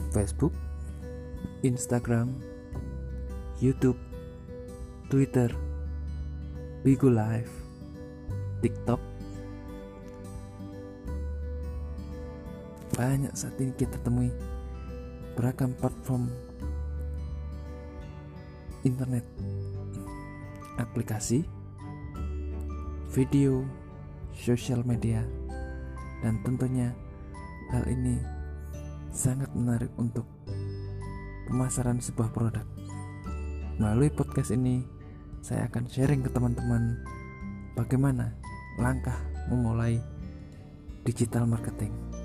Facebook, Instagram, YouTube, Twitter, Bigo Live, TikTok. Banyak saat ini kita temui beragam platform internet, aplikasi, video, sosial media, dan tentunya hal ini sangat menarik untuk pemasaran sebuah produk. Melalui podcast ini, saya akan sharing ke teman-teman bagaimana langkah memulai digital marketing.